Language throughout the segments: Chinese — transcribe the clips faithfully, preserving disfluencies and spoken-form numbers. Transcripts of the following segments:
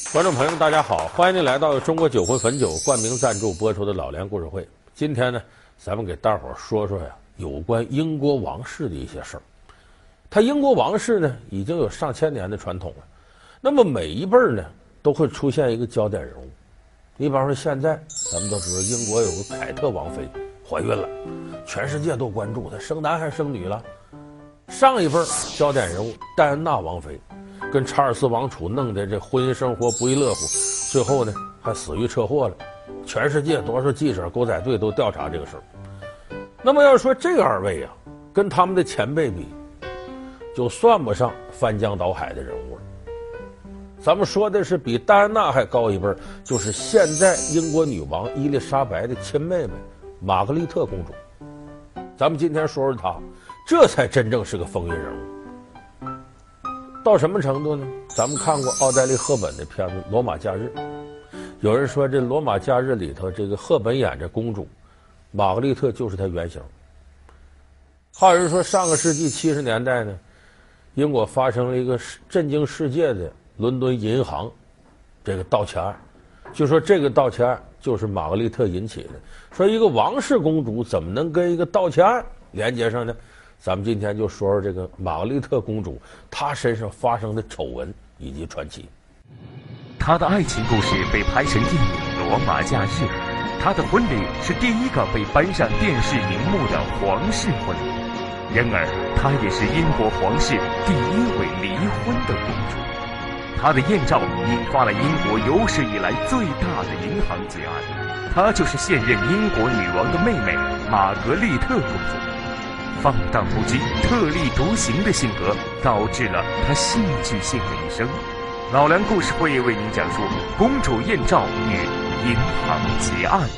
观众朋友们，大家好，欢迎您来到中国酒魂汾酒冠名赞助播出的老梁故事会。今天呢，咱们给大伙儿说说呀，有关英国王室的一些事儿。他英国王室呢，已经有上千年的传统了。那么每一辈儿呢，都会出现一个焦点人物。你比方说，现在咱们都知道，英国有个凯特王妃怀孕了，全世界都关注她生男还是生女了。上一辈儿焦点人物戴安娜王妃，跟查尔斯王储弄得这婚姻生活不亦乐乎，最后呢还死于车祸了。全世界多少记者、狗仔队都调查这个事儿。那么要说这二位啊，跟他们的前辈比，就算不上翻江倒海的人物了。咱们说的是比戴安娜还高一辈，就是现在英国女王伊丽莎白的亲妹妹玛格丽特公主。咱们今天说说她，这才真正是个风云人物。到什么程度呢？咱们看过奥黛丽·赫本的片子《罗马假日》，有人说这《罗马假日》里头这个赫本演着公主，玛格丽特就是她原型。还有人说上个世纪七十年代呢，英国发生了一个震惊世界的伦敦银行这个盗窃案，就说这个盗窃案就是玛格丽特引起的。说一个王室公主怎么能跟一个盗窃案连接上呢？咱们今天就说说这个玛格丽特公主，她身上发生的丑闻以及传奇。 她的爱情故事被拍成电影《罗马假日》，她的婚礼是第一个被搬上电视荧幕的皇室婚礼。然而，她也是英国皇室第一位离婚的公主。她的艳照引发了英国有史以来最大的银行劫案。她就是现任英国女王的妹妹玛格丽特公主。放荡不羁、特立独行的性格导致了她戏剧性的一生。老梁故事会为您讲述公主艳照与银行劫案。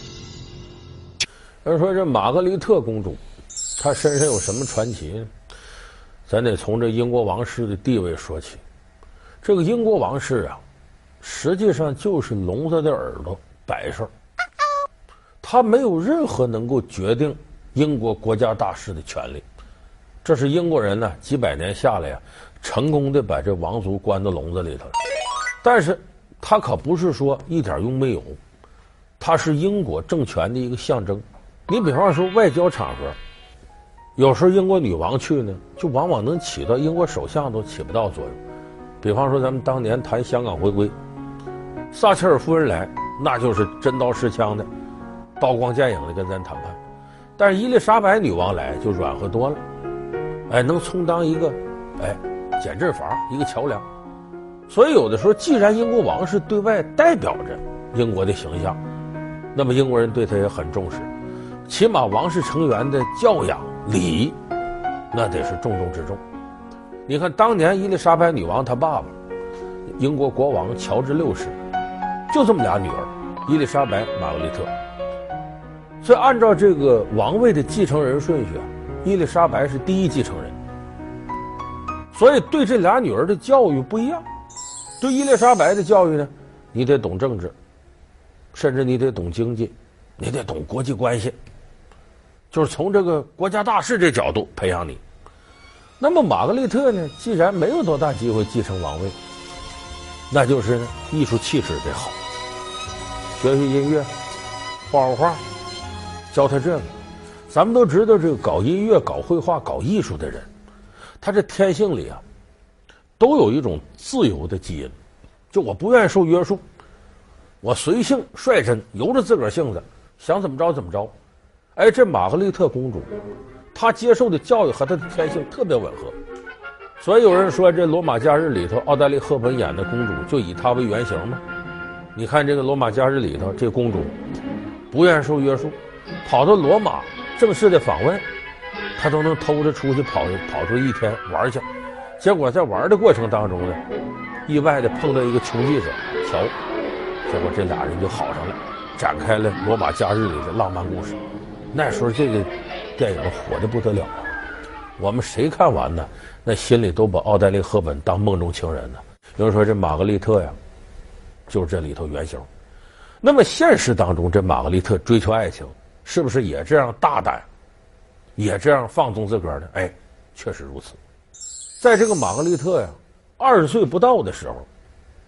要说这玛格丽特公主，她身上有什么传奇呢？咱得从这英国王室的地位说起。这个英国王室啊，实际上就是聋子的耳朵摆设，他没有任何能够决定英国国家大事的权利。这是英国人呢几百年下来呀、啊，成功的把这王族关到笼子里头了。但是他可不是说一点用没有，他是英国政权的一个象征。你比方说外交场合，有时候英国女王去呢，就往往能起到英国首相都起不到作用。比方说咱们当年谈香港回归，撒切尔夫人来，那就是真刀实枪的，刀光剑影的跟咱谈判。但是伊丽莎白女王来就软和多了，哎，能充当一个哎减震阀，一个桥梁。所以有的时候，既然英国王室对外代表着英国的形象，那么英国人对他也很重视，起码王室成员的教养礼仪，那得是重中之重。你看当年伊丽莎白女王她爸爸英国国王乔治六世，就这么俩女儿，伊丽莎白、玛格丽特。所以按照这个王位的继承人顺序啊，伊丽莎白是第一继承人。所以对这俩女儿的教育不一样。对伊丽莎白的教育呢，你得懂政治，甚至你得懂经济，你得懂国际关系，就是从这个国家大事这角度培养你。那么玛格丽特呢，既然没有多大机会继承王位，那就是呢艺术气质得好，学学音乐，画画画，教他这个。咱们都知道，这个搞音乐、搞绘画、搞艺术的人，他这天性里啊，都有一种自由的基因，就我不愿意受约束，我随性率真，由着自个儿性子，想怎么着怎么着。哎，这玛格丽特公主，她接受的教育和她的天性特别吻合，所以有人说这《罗马假日》里头奥黛丽·赫本演的公主就以她为原型嘛。你看这个《罗马假日》里头，这公主不愿受约束，跑到罗马正式的访问，她都能偷着出去跑跑出一天玩去。结果在玩的过程当中呢，意外的碰到一个穷记者乔，结果这俩人就好上了，展开了《罗马假日》里的浪漫故事。那时候这个电影火得不得了啊！我们谁看完呢，那心里都把奥黛丽·赫本当梦中情人呢。有人说这玛格丽特呀，就是这里头原型。那么现实当中，这玛格丽特追求爱情，是不是也这样大胆，也这样放纵自个儿呢？哎，确实如此。在这个玛格丽特呀二十岁不到的时候，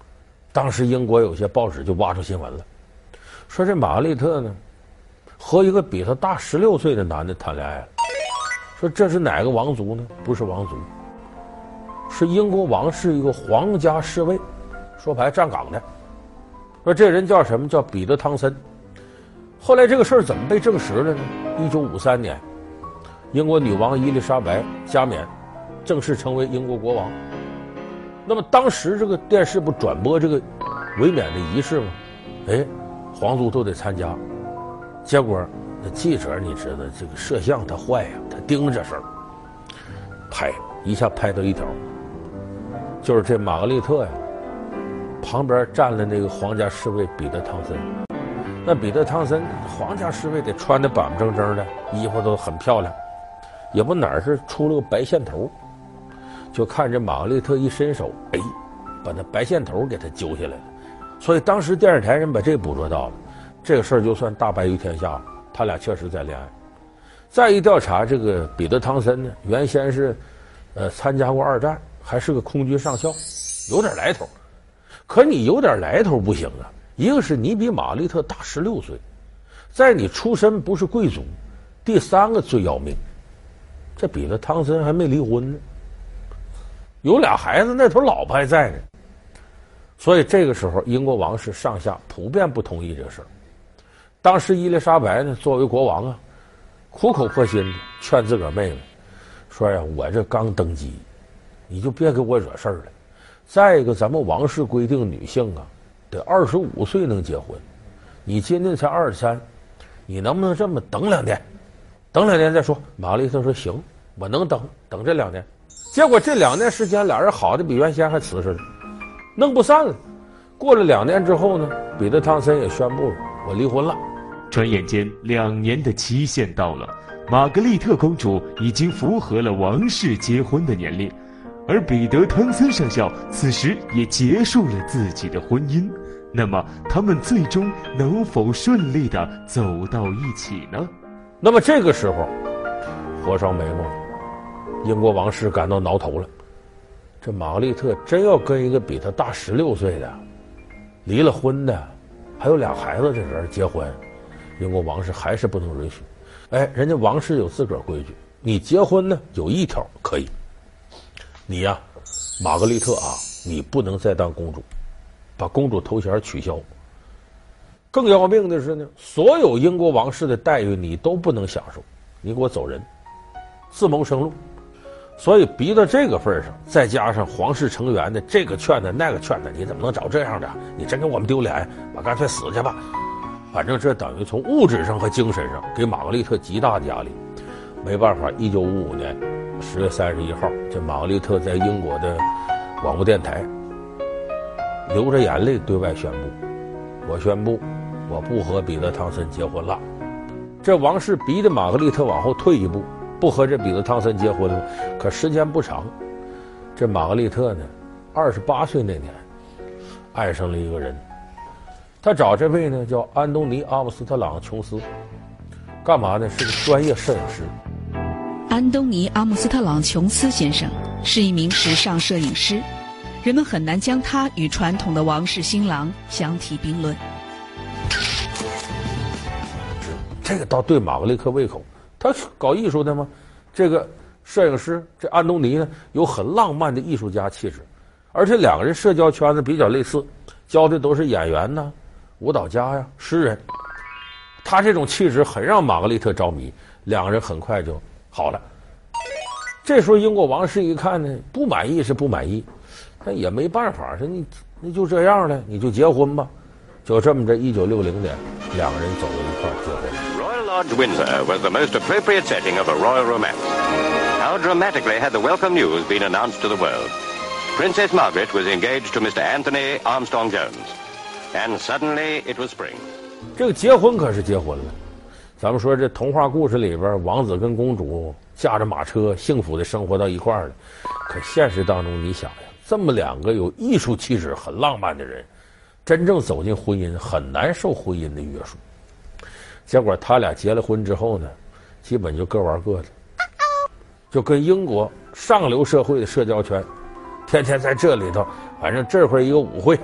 当时英国有些报纸就挖出新闻了，说这玛格丽特呢和一个比他大十六岁的男的谈恋爱了。说这是哪个王族呢？不是王族，是英国王室一个皇家侍卫，说白站岗的。说这人叫什么？叫彼得·汤森。后来这个事儿怎么被证实了呢？一九五三年，英国女王伊丽莎白加冕，正式成为英国国王。那么当时这个电视不转播这个卫冕的仪式吗？哎，皇族都得参加。结果那记者你知道，这个摄像他坏呀，他盯着事儿，拍一下拍到一条，就是这玛格丽特呀，旁边站了那个皇家侍卫彼得·汤森。那彼得·汤森皇家侍卫得穿得板板正正的，衣服都很漂亮，也不哪儿是出了个白线头，就看这玛格丽特一伸手，哎，把那白线头给他揪下来了。所以当时电视台人把这捕捉到了，这个事儿就算大白于天下了，他俩确实在恋爱。再一调查，这个彼得·汤森呢，原先是呃参加过二战，还是个空军上校，有点来头。可你有点来头不行啊，一个是你比玛格丽特大十六岁，在你出身不是贵族，第三个最要命，这彼得·汤森还没离婚呢，有俩孩子，那头老婆还在呢。所以这个时候英国王室上下普遍不同意这个事儿。当时伊丽莎白呢作为国王啊，苦口婆心的劝自个儿妹妹说呀，我这刚登基，你就别给我惹事儿了。再一个，咱们王室规定女性啊得二十五岁能结婚，你今年才二十三，你能不能这么等两年？等两年再说。玛格丽特说行，我能等，等这两年。结果这两年时间，俩人好的比原先还瓷实了，弄不散了。过了两年之后呢，彼得·汤森也宣布了，我离婚了。 转眼间，两年的期限到了，玛格丽特公主已经符合了王室结婚的年龄。而彼得·汤森上校此时也结束了自己的婚姻，那么他们最终能否顺利地走到一起呢？ 那么这个时候，火烧眉毛了，英国王室感到挠头了。这玛格丽特真要跟一个比他大十六岁的、离了婚的、还有俩孩子的人结婚，英国王室还是不能允许。哎，人家王室有自个儿规矩，你结婚呢有一条可以。你呀、啊，玛格丽特啊，你不能再当公主，把公主头衔取消。更要命的是呢，所有英国王室的待遇你都不能享受，你给我走人，自谋生路。所以逼到这个份上，再加上皇室成员的这个劝的那个劝的，你怎么能找这样的？你真给我们丢脸，我干脆死去吧。反正这等于从物质上和精神上给玛格丽特极大的压力。没办法，一九五五年十月三十一号，这玛格丽特在英国的广播电台流着眼泪对外宣布：我宣布，我不和彼得·汤森结婚了。这王室逼着玛格丽特往后退一步，不和这彼得·汤森结婚了。可时间不长，这玛格丽特呢，二十八岁那年，爱上了一个人。他找这位呢叫安东尼·阿姆斯特朗·琼斯，干嘛呢？是个专业摄影师。 安东尼·阿姆斯特朗·琼斯先生是一名时尚摄影师，人们很难将他与传统的王室新郎相提并论。 这个倒对玛格丽特胃口，他搞艺术的吗？这个摄影师这安东尼呢，有很浪漫的艺术家气质，而且两个人社交圈子比较类似，交的都是演员呐、舞蹈家呀、诗人。他这种气质很让玛格丽特着迷，两个人很快就好了。这时候英国王室一看呢，不满意是不满意，但也没办法，说你那就这样了，你就结婚吧。就这么着，一九六零年，两个人走到一块儿结婚。 Royal Lodge Windsor was the most appropriate setting of a royal romance. How dramatically had the welcome news been announced to the world? Princess Margaret was engaged to Mister Anthony Armstrong Jones, and suddenly it was spring. 这个结婚可是结婚了。咱们说这童话故事里边，王子跟公主驾着马车幸福的生活到一块儿了。可现实当中，你想呀，这么两个有艺术气质、很浪漫的人，真正走进婚姻，很难受婚姻的约束。结果他俩结了婚之后呢，基本就各玩各的，就跟英国上流社会的社交圈，天天在这里头，反正这会儿一个舞会，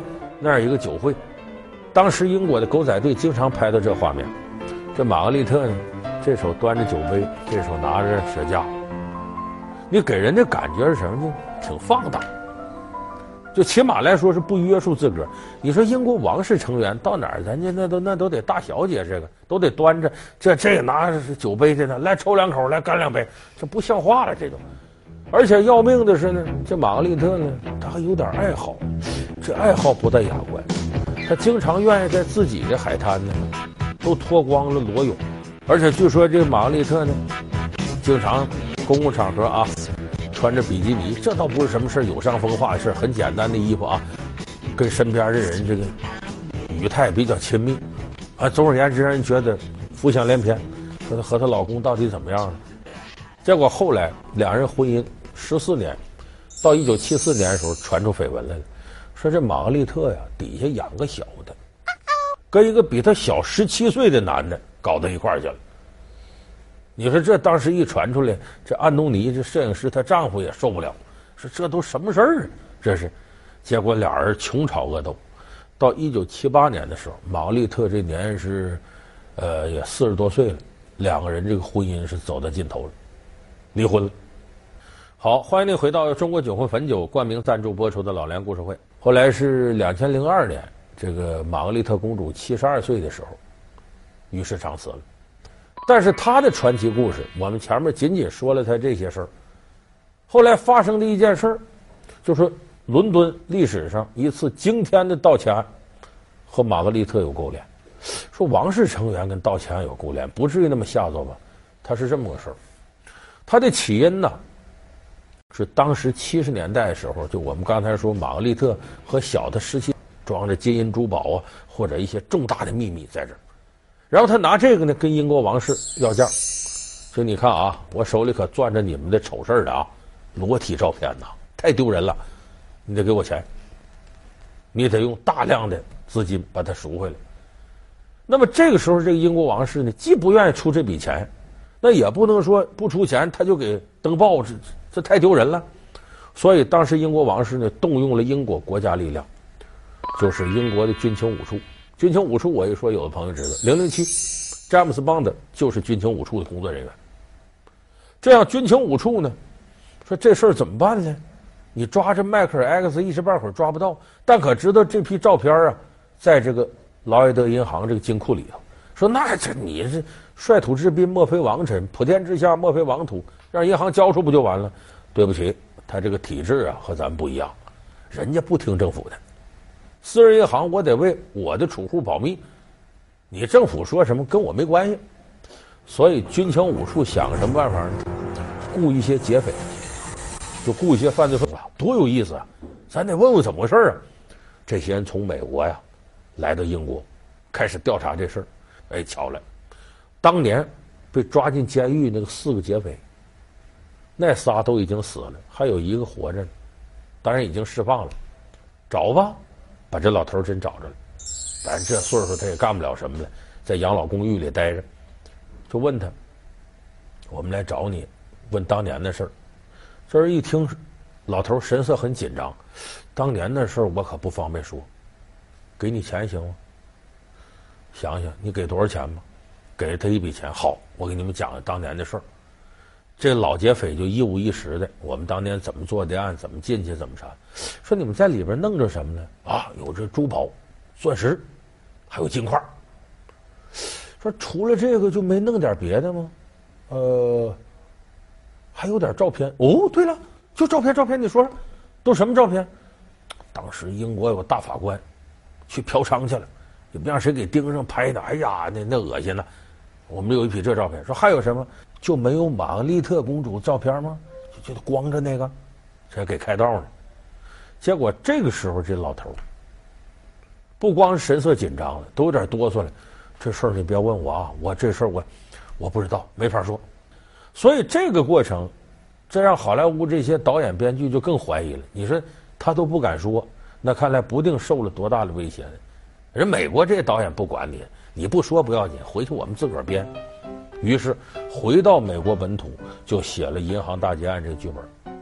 那儿有一个酒会，当时英国的狗仔队经常拍到这画面。这玛格丽特呢，这手端着酒杯，这手拿着雪茄，你给人的感觉是什么呢？挺放荡，就起码来说是不约束自个儿。你说英国王室成员到哪儿，人家那都那都得大小姐，这个都得端着这这拿着酒杯的呢，来抽两口，来干两杯，这不像话了，这都。而且要命的是呢，这玛格丽特呢，她还有点爱好，这爱好不太雅观，她经常愿意在自己的海滩呢，都脱光了裸泳，而且据说这个玛格丽特呢，经常公共场合啊，穿着比基尼，这倒不是什么事有伤风化的事，很简单的衣服啊，跟身边的人这个语态比较亲密，啊，总而言之让人觉得浮想联翩，说她和她老公到底怎么样了？结果后来两人婚姻十四年，到一九七四年的时候传出绯闻来了，说这玛格丽特呀底下养个小的，跟一个比她小十七岁的男的搞到一块儿去了。你说这当时一传出来，这安东尼这摄影师她丈夫也受不了，说这都什么事儿啊？这是，结果俩人穷吵恶斗，到一九七八年的时候，玛格丽特这年是，呃，也四十多岁了，两个人这个婚姻是走到尽头了，离婚了。好，欢迎您回到中国酒魂汾酒冠名赞助播出的老梁故事会。后来是两千零二年，这个玛格丽特公主七十二岁的时候，与世长辞了。但是她的传奇故事，我们前面仅仅说了她这些事儿。后来发生的一件事儿，就是伦敦历史上一次惊天的盗窃案，和玛格丽特有勾连。说王室成员跟盗窃案有勾连，不至于那么下作吧？它是这么个事儿。它的起因呢，是当时七十年代的时候，就我们刚才说玛格丽特和小的十七装着金银珠宝啊，或者一些重大的秘密在这儿。然后他拿这个呢跟英国王室要价，说你看啊，我手里可攥着你们的丑事的啊，裸体照片呐，太丢人了，你得给我钱，你得用大量的资金把它赎回来。那么这个时候，这个英国王室呢，既不愿意出这笔钱，那也不能说不出钱他就给登报，这这太丢人了。所以当时英国王室呢，动用了英国国家力量，就是英国的军情五处。军情五处我一说，有的朋友知道，零零七詹姆斯邦德就是军情五处的工作人员。这样军情五处呢，说这事儿怎么办呢？你抓着迈克尔 X 一时半会儿抓不到，但可知道这批照片啊，在这个劳埃德银行这个金库里头。说那这你是率土之滨，莫非王臣；普天之下，莫非王土。让银行交出不就完了？对不起，他这个体制啊和咱们不一样，人家不听政府的。私人银行我得为我的储户保密，你政府说什么跟我没关系。所以军情五处想什么办法呢？雇一些劫匪，就雇一些犯罪分子，多有意思啊！咱得问问怎么回事啊！这些人从美国呀来到英国，开始调查这事儿。哎，巧了，当年被抓进监狱那个四个劫匪，那仨都已经死了，还有一个活着呢，当然已经释放了。找吧，把这老头真找着了。但这岁数他也干不了什么了，在养老公寓里待着。就问他，我们来找你，问当年的事儿。这人一听，老头神色很紧张。当年的事儿我可不方便说，给你钱行吗？想想你给多少钱吧。给了他一笔钱，好，我给你们讲讲当年的事儿。这老劫匪就一五一十的，我们当年怎么做的案，怎么进去，怎么查。说你们在里边弄着什么呢？啊，有这珠宝、钻石，还有金块。说除了这个就没弄点别的吗？呃，还有点照片。哦，对了，就照片，照片，你说说，都什么照片？当时英国有个大法官去嫖娼去了，也不让谁给盯上拍的。哎呀，那那恶心了。我们有一批这照片。说还有什么？就没有玛格丽特公主照片吗？就就光着那个，这给开道呢。结果这个时候这老头不光神色紧张了，都有点哆嗦了。这事儿你别问我啊，我这事儿我我不知道，没法说。所以这个过程，这让好莱坞这些导演编剧就更怀疑了。你说他都不敢说，那看来不定受了多大的威胁呢。人美国这些导演不管你，你不说不要紧，回去我们自个儿编。于是回到美国本土，就写了《银行大劫案》这个剧本。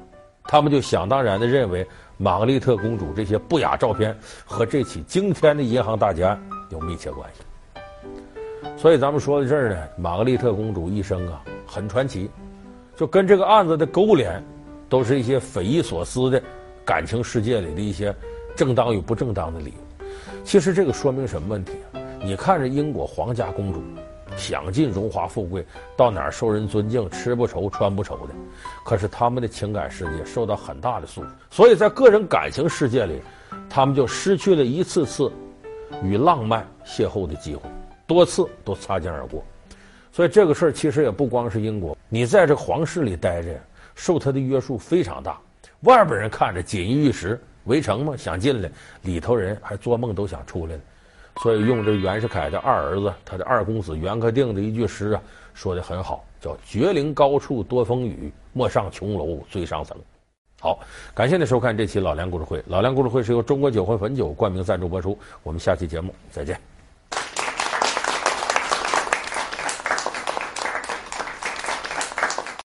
他们就想当然的认为玛格丽特公主这些不雅照片和这起惊天的银行大劫案有密切关系。所以咱们说到这儿呢，玛格丽特公主一生啊很传奇，就跟这个案子的勾连都是一些匪夷所思的感情世界里的一些正当与不正当的理由。其实这个说明什么问题啊？你看着英国皇家公主享尽荣华富贵，到哪儿受人尊敬，吃不愁穿不愁的，可是他们的情感世界受到很大的束缚，所以在个人感情世界里，他们就失去了一次次与浪漫邂逅的机会，多次都擦肩而过。所以这个事儿其实也不光是英国，你在这皇室里待着，受他的约束非常大，外边人看着锦衣玉食，围城嘛想进来，里头人还做梦都想出来呢。所以用这袁世凯的二儿子，他的二公子袁克定的一句诗啊，说得很好，叫绝岭高处多风雨，莫上琼楼最上层。好，感谢您收看这期老梁故事会。老梁故事会是由中国酒魂汾酒冠名赞助播出，我们下期节目再见。